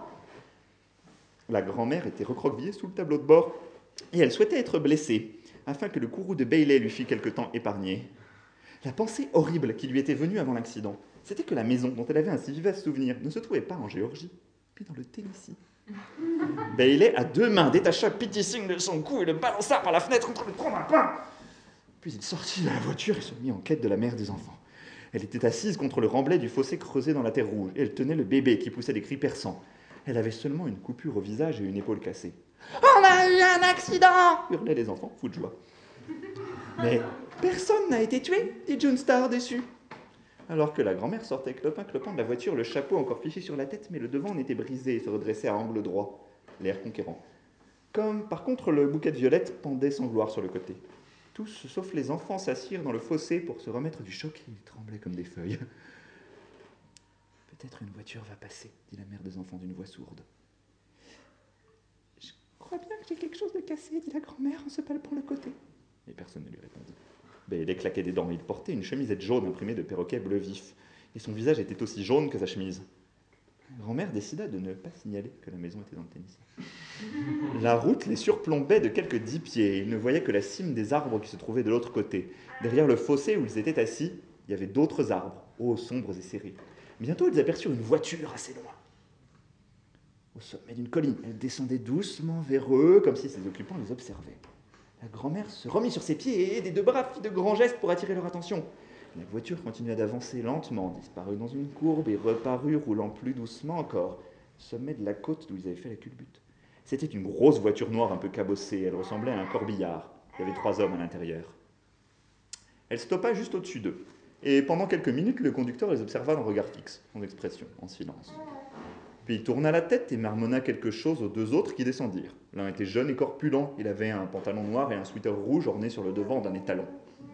La grand-mère était recroquevillée sous le tableau de bord et elle souhaitait être blessée, afin que le courroux de Bailey lui fît quelque temps épargné. La pensée horrible qui lui était venue avant l'accident, c'était que la maison dont elle avait un si vivace souvenir ne se trouvait pas en Géorgie, mais dans le Tennessee. Bailey, à deux mains, détacha Petey Singh de son cou et le balança par la fenêtre contre le tronc d'un pin. Puis il sortit de la voiture et se mit en quête de la mère des enfants. Elle était assise contre le remblai du fossé creusé dans la terre rouge, et elle tenait le bébé qui poussait des cris perçants. Elle avait seulement une coupure au visage et une épaule cassée. « On a eu un accident !» hurlaient les enfants, fous de joie. « Mais personne n'a été tué !» dit John Starr, déçu. Alors que la grand-mère sortait clopin de la voiture, le chapeau encore fiché sur la tête, mais le devant en était brisé et se redressait à angle droit, l'air conquérant. Comme par contre le bouquet de violettes pendait sans gloire sur le côté. Tous, sauf les enfants, s'assirent dans le fossé pour se remettre du choc et ils tremblaient comme des feuilles. « Peut-être une voiture va passer, dit la mère des enfants d'une voix sourde. « Je crois bien que j'ai quelque chose de cassé, dit la grand-mère en se palpant le côté. » Mais personne ne lui répondit. Bailey claquait des dents. Il portait une chemisette jaune imprimée de perroquet bleu vif, et son visage était aussi jaune que sa chemise. La grand-mère décida de ne pas signaler que la maison était dans le Tennessee. La route les surplombait de quelques 10 pieds, et ils ne voyaient que la cime des arbres qui se trouvaient de l'autre côté. Derrière le fossé où ils étaient assis, il y avait d'autres arbres, hauts, sombres et serrés. Bientôt, ils aperçurent une voiture assez loin. Au sommet d'une colline, elle descendait doucement vers eux, comme si ses occupants les observaient. La grand-mère se remit sur ses pieds et des deux bras fit de grands gestes pour attirer leur attention. La voiture continua d'avancer lentement, disparut dans une courbe et reparut roulant plus doucement encore, au sommet de la côte d'où ils avaient fait la culbute. C'était une grosse voiture noire un peu cabossée, elle ressemblait à un corbillard. Il y avait 3 hommes à l'intérieur. Elle stoppa juste au-dessus d'eux, et pendant quelques minutes, le conducteur les observa d'un regard fixe, sans expression, en silence. Puis il tourna la tête et marmonna quelque chose aux 2 autres qui descendirent. L'un était jeune et corpulent, il avait un pantalon noir et un sweater rouge orné sur le devant d'un étalon.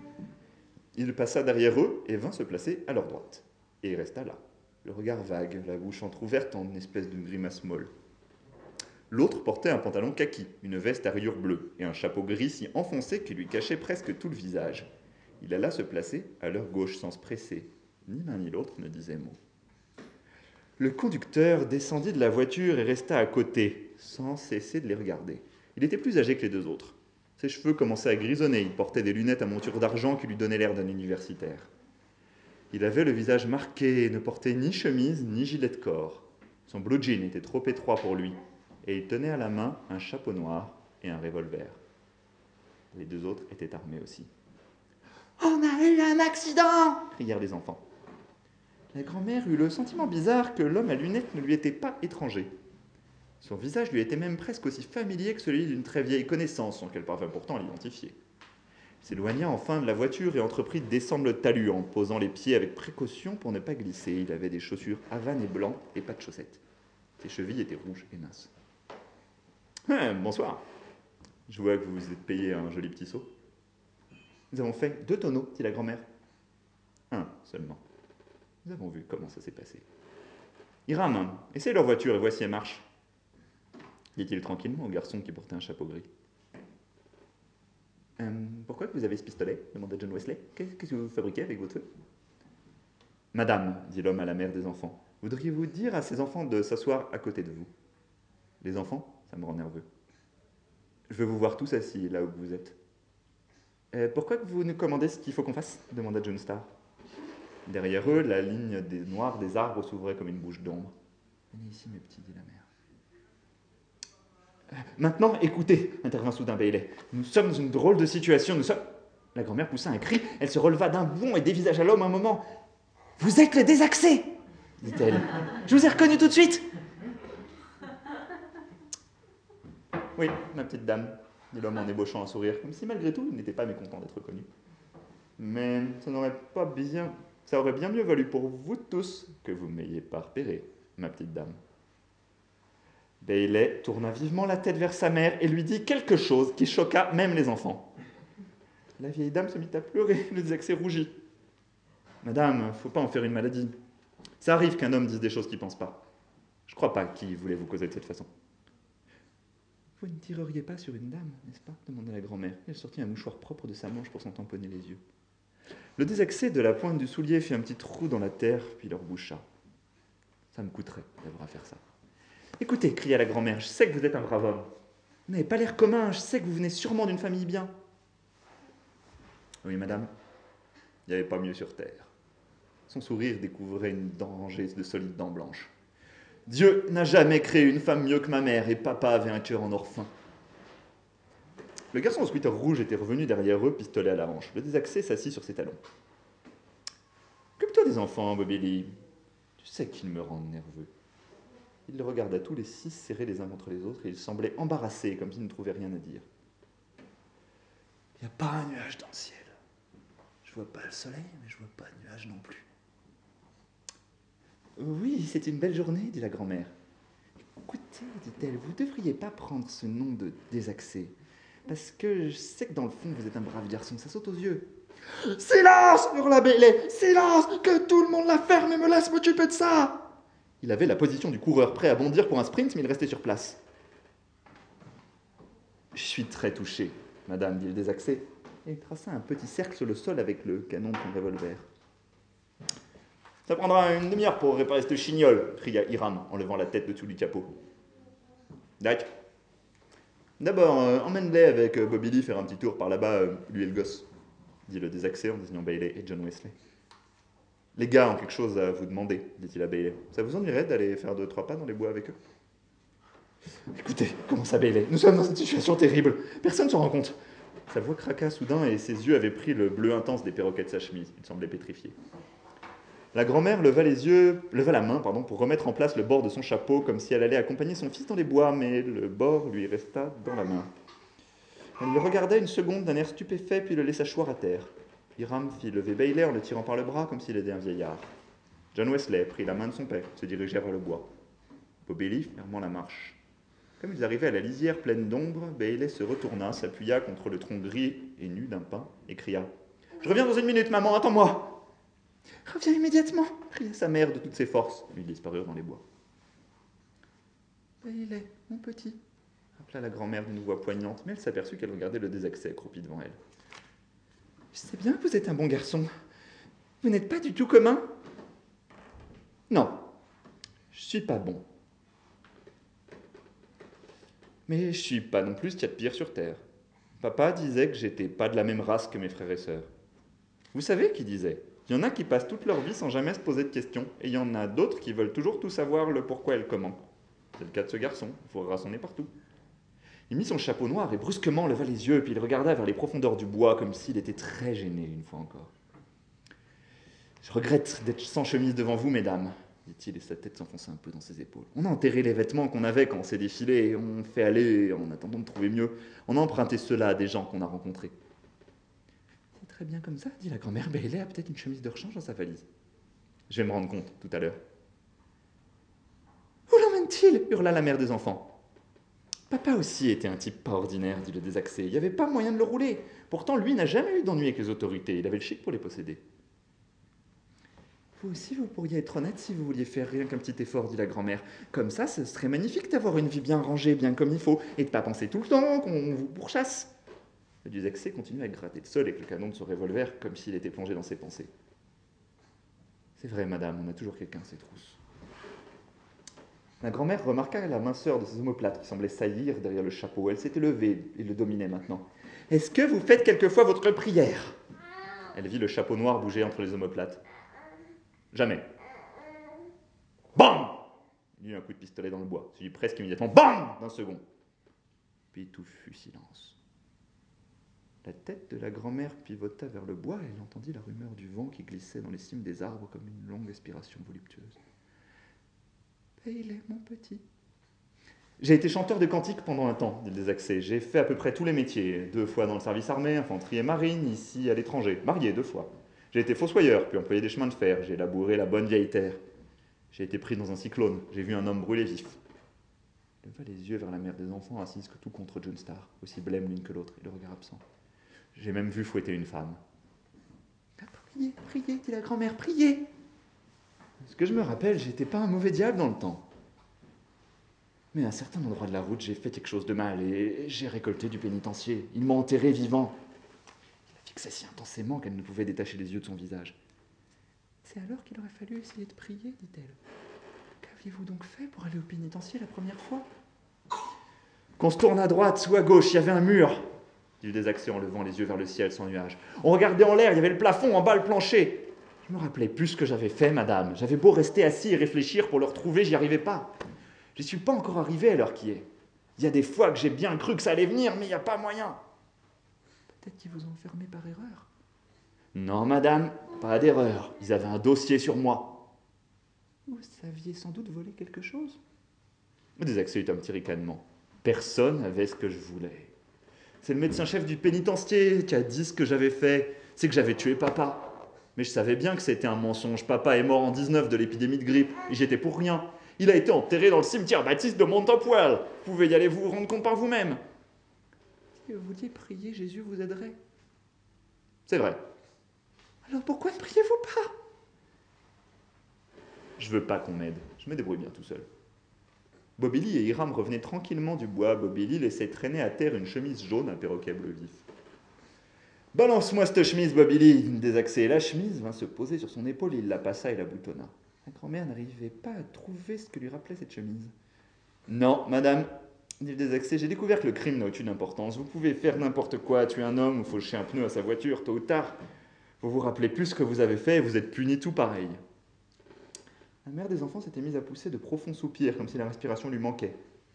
Il passa derrière eux et vint se placer à leur droite. Et il resta là, le regard vague, la bouche entr'ouverte en une espèce de grimace molle. L'autre portait un pantalon kaki, une veste à rayures bleues et un chapeau gris si enfoncé qui lui cachait presque tout le visage. Il alla se placer à leur gauche sans se presser. Ni l'un ni l'autre ne disait mot. Le conducteur descendit de la voiture et resta à côté, sans cesser de les regarder. Il était plus âgé que les 2 autres. Ses cheveux commençaient à grisonner, il portait des lunettes à monture d'argent qui lui donnaient l'air d'un universitaire. Il avait le visage marqué et ne portait ni chemise ni gilet de corps. Son blue jean était trop étroit pour lui, et il tenait à la main un chapeau noir et un revolver. Les 2 autres étaient armés aussi. « On a eu un accident !» crièrent les enfants. La grand-mère eut le sentiment bizarre que l'homme à lunettes ne lui était pas étranger. Son visage lui était même presque aussi familier que celui d'une très vieille connaissance, sans qu'elle parvint pourtant à l'identifier. Il s'éloigna enfin de la voiture et entreprit de descendre le talus en posant les pieds avec précaution pour ne pas glisser. Il avait des chaussures Havane et blanc et pas de chaussettes. Ses chevilles étaient rouges et minces. « Bonsoir. Je vois que vous vous êtes payé un joli petit seau. »« Nous avons fait 2 tonneaux, dit la grand-mère. »« 1 seulement. Nous avons vu comment ça s'est passé. »« Hiram, essaye leur voiture et vois si elle marche. » dit-il tranquillement au garçon qui portait un chapeau gris. Pourquoi que vous avez ce pistolet demanda John Wesley. Qu'est-ce que vous fabriquez avec votre feu ? Madame, dit l'homme à la mère des enfants, voudriez-vous dire à ces enfants de s'asseoir à côté de vous ? Les enfants, ça me rend nerveux. Je veux vous voir tous assis là où vous êtes. Pourquoi que vous nous commandez ce qu'il faut qu'on fasse demanda John Star. Derrière eux, la ligne des noirs des arbres s'ouvrait comme une bouche d'ombre. Venez ici, mes petits, dit la mère. Maintenant, écoutez, intervint soudain Bailey. Nous sommes dans une drôle de situation, nous sommes... La grand-mère poussa un cri, elle se releva d'un bond et dévisagea l'homme un moment. « Vous êtes le désaxé !» dit-elle. « Je vous ai reconnu tout de suite !»« Oui, ma petite dame, » dit l'homme en ébauchant un sourire, comme si malgré tout il n'était pas mécontent d'être connu. « Mais ça aurait bien mieux valu pour vous tous que vous m'ayez pas repéré, ma petite dame. » Bailey tourna vivement la tête vers sa mère et lui dit quelque chose qui choqua même les enfants. La vieille dame se mit à pleurer, le désaxé rougit. « Madame, faut pas en faire une maladie. Ça arrive qu'un homme dise des choses qu'il pense pas. Je crois pas qu'il voulait vous causer de cette façon. » « Vous ne tireriez pas sur une dame, n'est-ce pas ?» demanda la grand-mère. Elle sortit un mouchoir propre de sa manche pour s'en tamponner les yeux. Le désaxé de la pointe du soulier fit un petit trou dans la terre, puis leur boucha. « Ça me coûterait d'avoir à faire ça. »« Écoutez, » cria la grand-mère, « je sais que vous êtes un brave homme. Vous n'avez pas l'air commun, je sais que vous venez sûrement d'une famille bien. » « Oui, madame, il n'y avait pas mieux sur terre. » Son sourire découvrait une dent rangée de solides dents blanches. « Dieu n'a jamais créé une femme mieux que ma mère, et papa avait un cœur en or fin. » Le garçon au sweater rouge était revenu derrière eux, pistolet à la hanche. Le désaxé s'assit sur ses talons. « Occupe-toi des enfants, Bobby Lee. Tu sais qu'ils me rendent nerveux. » Il les regarda tous les six serrés les uns contre les autres, et ils semblaient embarrassés, comme s'ils ne trouvaient rien à dire. « Il n'y a pas un nuage dans le ciel. Je vois pas le soleil, mais je vois pas de nuage non plus. » « Oui, c'est une belle journée, dit la grand-mère. »« Écoutez, dit-elle, vous ne devriez pas prendre ce nom de désaxé, parce que je sais que dans le fond, vous êtes un brave garçon, ça saute aux yeux. »« Silence !» hurla Bailey. « Silence ! Que tout le monde la ferme et me laisse m'occuper de ça !» Il avait la position du coureur, prêt à bondir pour un sprint, mais il restait sur place. « Je suis très touché, madame, dit le désaxé, et il traça un petit cercle sur le sol avec le canon de son revolver. « Ça prendra une demi-heure pour réparer cette chignole, » cria Hiram en levant la tête de dessous du capot. « Dac. D'abord, emmène-les avec Bobby Lee faire un petit tour par là-bas, lui et le gosse, » dit le désaxé en désignant Bailey et John Wesley. « Les gars ont quelque chose à vous demander, » dit-il à Bailey. « Ça vous ennuierait d'aller faire 2-3 pas dans les bois avec eux ?»« Écoutez, commença Bailey, nous sommes dans une situation terrible, personne ne s'en rend compte. » Sa voix craqua soudain et ses yeux avaient pris le bleu intense des perroquets de sa chemise. Il semblait pétrifié. La grand-mère leva la main pour remettre en place le bord de son chapeau, comme si elle allait accompagner son fils dans les bois, mais le bord lui resta dans la main. Elle le regarda une seconde d'un air stupéfait, puis le laissa choir à terre. Hiram fit lever Bailey en le tirant par le bras, comme s'il était un vieillard. John Wesley prit la main de son père, se dirigèrent vers le bois. Bobby Lee fermant la marche. Comme ils arrivaient à la lisière pleine d'ombre, Bailey se retourna, s'appuya contre le tronc gris et nu d'un pin, et cria « Je reviens dans 1 minute, maman, attends-moi !» « Reviens immédiatement !» cria sa mère de toutes ses forces. Ils disparurent dans les bois. « Bailey, mon petit !» rappela la grand-mère d'une voix poignante, mais elle s'aperçut qu'elle regardait le désaxé accroupi devant elle. « Je sais bien que vous êtes un bon garçon. Vous n'êtes pas du tout commun. »« Non, je suis pas bon. Mais je suis pas non plus ce qu'il y a de pire sur Terre. Papa disait que j'étais pas de la même race que mes frères et sœurs. Vous savez qui disait ? Il y en a qui passent toute leur vie sans jamais se poser de questions, et il y en a d'autres qui veulent toujours tout savoir le pourquoi et le comment. C'est le cas de ce garçon, il faut rassonner partout. » Il mit son chapeau noir et brusquement leva les yeux, puis il regarda vers les profondeurs du bois, comme s'il était très gêné, une fois encore. « Je regrette d'être sans chemise devant vous, mesdames, » dit-il, et sa tête s'enfonça un peu dans ses épaules. « On a enterré les vêtements qu'on avait quand on s'est défilé, et on fait aller, en attendant de trouver mieux. On a emprunté ceux-là à des gens qu'on a rencontrés. » « C'est très bien comme ça, » dit la grand-mère. « Bailey a peut-être une chemise de rechange dans sa valise. »« Je vais me rendre compte, tout à l'heure. »« Où l'emmène-t-il » hurla la mère des enfants. « Papa aussi était un type pas ordinaire, » dit le désaxé. « Il n'y avait pas moyen de le rouler. Pourtant, lui n'a jamais eu d'ennui avec les autorités. Il avait le chic pour les posséder. » « Vous aussi, vous pourriez être honnête si vous vouliez faire rien qu'un petit effort, » dit la grand-mère. « Comme ça, ce serait magnifique d'avoir une vie bien rangée, bien comme il faut, et de pas penser tout le temps qu'on vous pourchasse. » Le désaxé continuait à gratter le sol avec le canon de son revolver, comme s'il était plongé dans ses pensées. « C'est vrai, madame, on a toujours quelqu'un, ces trousses. » La grand-mère remarqua la minceur de ses omoplates qui semblaient saillir derrière le chapeau. Elle s'était levée et le dominait maintenant. « Est-ce que vous faites quelquefois votre prière ?» Elle vit le chapeau noir bouger entre les omoplates. « Jamais. » Bam! Il y eut un coup de pistolet dans le bois, suivi presque immédiatement, bam! D'un second. Puis tout fut silence. La tête de la grand-mère pivota vers le bois et elle entendit la rumeur du vent qui glissait dans les cimes des arbres comme une longue aspiration voluptueuse. « Paye-les, mon petit. » J'ai été chanteur de cantiques pendant un temps, dit le désaxé. J'ai fait à peu près tous les métiers, 2 fois dans le service armé, infanterie et marine, ici à l'étranger, marié 2 fois. J'ai été fossoyeur, puis employé des chemins de fer, j'ai labouré la bonne vieille terre. J'ai été pris dans un cyclone, j'ai vu un homme brûler vif. Il leva les yeux vers la mère des enfants assise tout contre John Star, aussi blême l'une que l'autre, et le regard absent. J'ai même vu fouetter une femme. « Priez, priez, dit la grand-mère, priez !» Ce que je me rappelle, j'étais pas un mauvais diable dans le temps. Mais à un certain endroit de la route, j'ai fait quelque chose de mal et j'ai récolté du pénitencier. Ils m'ont enterré vivant. Il la fixait si intensément qu'elle ne pouvait détacher les yeux de son visage. « C'est alors qu'il aurait fallu essayer de prier, dit-elle. Qu'aviez-vous donc fait pour aller au pénitencier la première fois ?»« Qu'on se tourne à droite ou à gauche, il y avait un mur. » dit le désaxé en levant les yeux vers le ciel sans nuage. On regardait en l'air, il y avait le plafond, en bas le plancher. Je me rappelais plus ce que j'avais fait, madame. J'avais beau rester assis et réfléchir pour le retrouver, j'y arrivais pas. Je ne suis pas encore arrivé à l'heure qui est. Il y a des fois que j'ai bien cru que ça allait venir, mais il n'y a pas moyen. Peut-être qu'ils vous ont enfermé par erreur. Non, madame, pas d'erreur. Ils avaient un dossier sur moi. Vous saviez sans doute voler quelque chose. Le désaxé eut un petit ricanement. Personne n'avait ce que je voulais. C'est le médecin-chef du pénitencier qui a dit ce que j'avais fait. C'est que j'avais tué papa. Mais je savais bien que c'était un mensonge. Papa est mort en 19 de l'épidémie de grippe. Et j'y étais pour rien. Il a été enterré dans le cimetière baptiste de Montapoil. Vous pouvez y aller vous rendre compte par vous-même. Si vous vouliez prier, Jésus vous aiderait. C'est vrai. Alors pourquoi ne priez-vous pas? Je veux pas qu'on m'aide. Je me débrouille bien tout seul. Bobby Lee et Hiram revenaient tranquillement du bois. Bobby Lee laissait traîner à terre une chemise jaune à perroquet bleu vif. « Balance-moi cette chemise, Bobby Lee !» dit le désaxé. La chemise vint se poser sur son épaule, il la passa et la boutonna. La grand-mère n'arrivait pas à trouver ce que lui rappelait cette chemise. « Non, madame, » dit le désaxé, « j'ai découvert que le crime n'a aucune importance. Vous pouvez faire n'importe quoi, tuer un homme ou faucher un pneu à sa voiture, tôt ou tard. Vous vous rappelez plus ce que vous avez fait et vous êtes puni tout pareil. » La mère des enfants s'était mise à pousser de profonds soupirs, comme si la respiration lui manquait.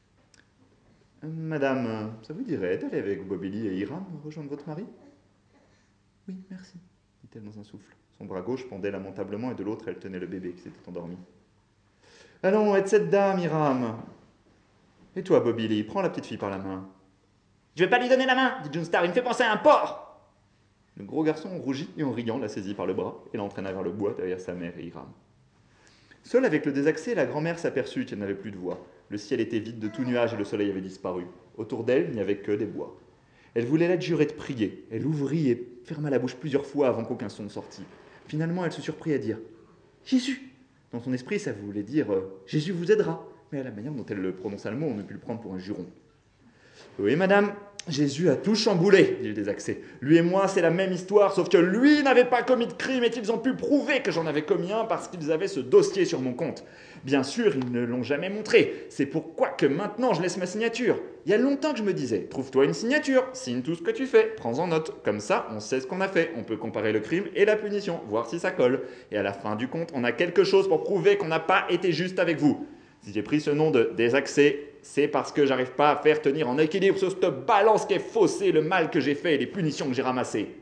« Madame, ça vous dirait d'aller avec Bobby Lee et Hiram rejoindre votre mari ?»« Oui, merci, » dit-elle dans un souffle. Son bras gauche pendait lamentablement et de l'autre, elle tenait le bébé qui s'était endormi. « Allons, aide cette dame, Hiram. Et toi, Bobby Lee, prends la petite fille par la main. »« Je vais pas lui donner la main, dit John Star, il me fait penser à un porc !» Le gros garçon rougit et en riant la saisit par le bras et l'entraîna vers le bois derrière sa mère et Hiram. Seule avec le désaxé, la grand-mère s'aperçut qu'elle n'avait plus de voix. Le ciel était vide de tout nuage et le soleil avait disparu. Autour d'elle, il n'y avait que des bois. Elle voulait l'adjurer de prier. Elle ouvrit et ferma la bouche plusieurs fois avant qu'aucun son ne sortît. Finalement, elle se surprit à dire « Jésus !» Dans son esprit, ça voulait dire « Jésus vous aidera !» Mais à la manière dont elle le prononça le mot, on ne put le prendre pour un juron. « Oui, madame, Jésus a tout chamboulé, dit le désaxé. Lui et moi, c'est la même histoire, sauf que lui n'avait pas commis de crime et qu'ils ont pu prouver que j'en avais commis un parce qu'ils avaient ce dossier sur mon compte. Bien sûr, ils ne l'ont jamais montré. C'est pourquoi que maintenant, je laisse ma signature. Il y a longtemps que je me disais, trouve-toi une signature, signe tout ce que tu fais, prends-en note. Comme ça, on sait ce qu'on a fait. On peut comparer le crime et la punition, voir si ça colle. Et à la fin du compte, on a quelque chose pour prouver qu'on n'a pas été juste avec vous. Si j'ai pris ce nom de désaxé, c'est parce que j'arrive pas à faire tenir en équilibre sur cette balance qui est faussée le mal que j'ai fait et les punitions que j'ai ramassées.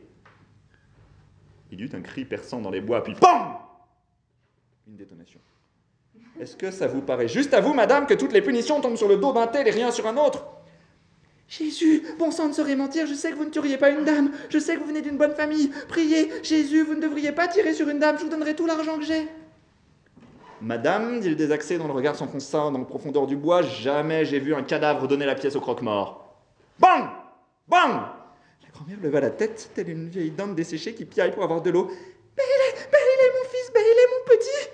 Il y eut un cri perçant dans les bois, puis PAM! Une détonation. Est-ce que ça vous paraît juste à vous, madame, que toutes les punitions tombent sur le dos d'un tel et rien sur un autre? Jésus, bon sang ne saurait mentir, je sais que vous ne tueriez pas une dame, je sais que vous venez d'une bonne famille, priez, Jésus, vous ne devriez pas tirer sur une dame, je vous donnerai tout l'argent que j'ai. Madame, dit le désaxé dont le regard s'enfonça dans la profondeur du bois, jamais j'ai vu un cadavre donner la pièce au croque-mort. Bang! Bang! La grand-mère leva la tête, telle une vieille dinde desséchée qui piaille pour avoir de l'eau. Baille-les, mon fils, baille-les, mon petit!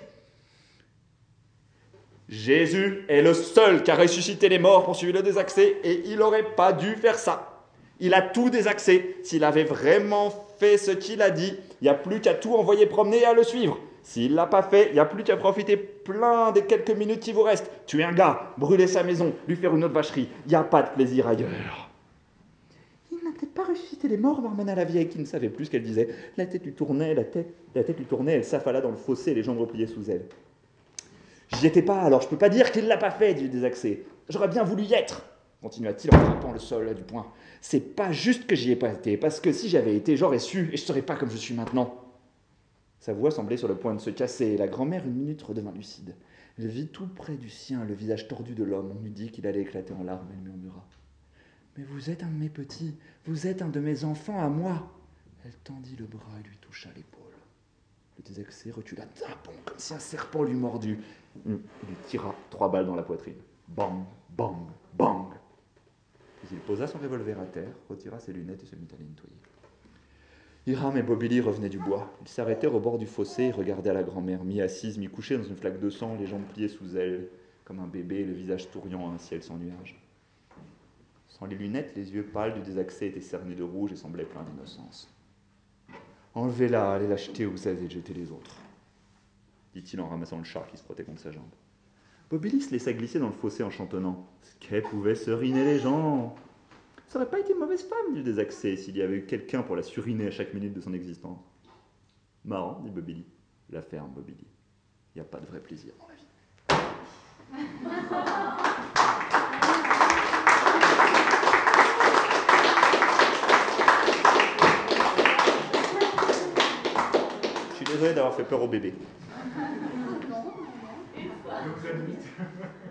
Jésus est le seul qui a ressuscité les morts, poursuivit le désaxé, et il n'aurait pas dû faire ça. Il a tout désaxé. S'il avait vraiment fait ce qu'il a dit, il n'y a plus qu'à tout envoyer promener et à le suivre. S'il ne l'a pas fait, il n'y a plus qu'à profiter plein des quelques minutes qui vous restent. Tuer un gars, brûler sa maison, lui faire une autre vacherie. Il n'y a pas de plaisir ailleurs. Il n'a peut-être pas ressusciter les morts, marmonna la vieille qui ne savait plus ce qu'elle disait. La tête lui tournait, elle s'affala dans le fossé, les jambes repliées sous elle. J'y étais pas, alors je peux pas dire qu'il l'a pas fait, dit le désaxé. J'aurais bien voulu y être, continua-t-il en frappant le sol du poing. C'est pas juste que j'y ai pas été, parce que si j'avais été, j'aurais su, et je serais pas comme je suis maintenant. Sa voix semblait sur le point de se casser, et la grand-mère une minute redevint lucide. Elle vit tout près du sien le visage tordu de l'homme. On lui dit qu'il allait éclater en larmes. Elle murmura. « Mais vous êtes un de mes petits, vous êtes un de mes enfants à moi !» Elle tendit le bras et lui toucha l'épaule. Le désaxé recula d'un bond, comme si un serpent lui mordût. Il lui tira 3 balles dans la poitrine. Bang, bang, bang. Puis il posa son revolver à terre, retira ses lunettes et se mit à les nettoyer. Hiram et Bobby revenaient du bois. Ils s'arrêtèrent au bord du fossé et regardaient la grand-mère, mi-assise, mi-couchée dans une flaque de sang, les jambes pliées sous elle, comme un bébé, le visage souriant à un ciel sans nuages. Sans les lunettes, les yeux pâles du désaxé étaient cernés de rouge et semblaient pleins d'innocence. « Enlevez-la, allez l'acheter où vous avez jeté les autres, » dit-il en ramassant le char qui se frottait contre sa jambe. Bobby se laissa glisser dans le fossé en chantonnant. « Qu'elle pouvait seriner les gens !» Ça n'aurait pas été une mauvaise femme, dit le désaxé, s'il y avait eu quelqu'un pour la suriner à chaque minute de son existence. Marrant, dit Bobby. La ferme, Bobby. Il n'y a pas de vrai plaisir dans la vie. Je suis désolé d'avoir fait peur au bébé.